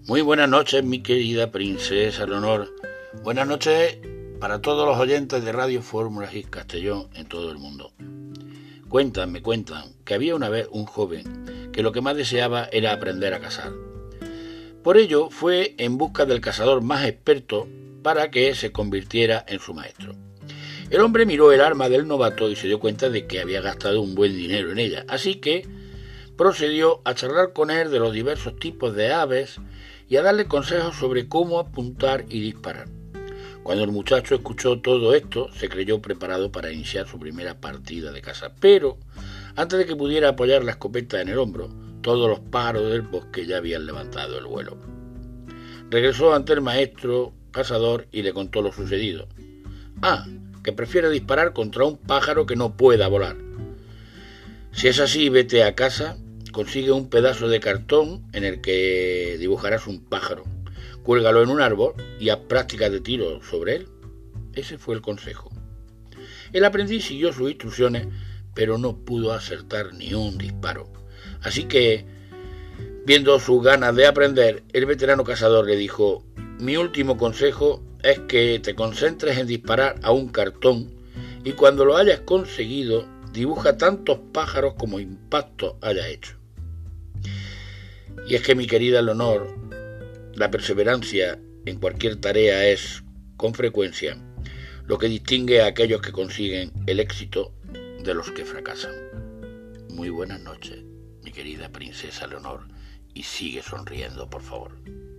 Muy buenas noches, mi querida princesa Leonor. Buenas noches para todos los oyentes de Radio Fórmula Hit Castellón en todo el mundo. Me cuentan que había una vez un joven que lo que más deseaba era aprender a cazar. Por ello fue en busca del cazador más experto para que se convirtiera en su maestro. El hombre miró el arma del novato y se dio cuenta de que había gastado un buen dinero en ella, así que procedió a charlar con él de los diversos tipos de aves y a darle consejos sobre cómo apuntar y disparar. Cuando el muchacho escuchó todo esto, se creyó preparado para iniciar su primera partida de caza, pero antes de que pudiera apoyar la escopeta en el hombro, todos los pájaros del bosque ya habían levantado el vuelo. Regresó ante el maestro cazador y le contó lo sucedido. Que prefiere disparar contra un pájaro que no pueda volar. Si es así, vete a casa, consigue un pedazo de cartón en el que dibujarás un pájaro, cuélgalo en un árbol y haz prácticas de tiro sobre él. Ese fue el consejo. El aprendiz siguió sus instrucciones, pero no pudo acertar ni un disparo. Así que, viendo sus ganas de aprender, el veterano cazador le dijo: mi último consejo es que te concentres en disparar a un cartón y cuando lo hayas conseguido, dibuja tantos pájaros como impactos hayas hecho. Y es que, mi querida Leonor, la perseverancia en cualquier tarea es, con frecuencia, lo que distingue a aquellos que consiguen el éxito de los que fracasan. Muy buenas noches, mi querida princesa Leonor, y sigue sonriendo, por favor.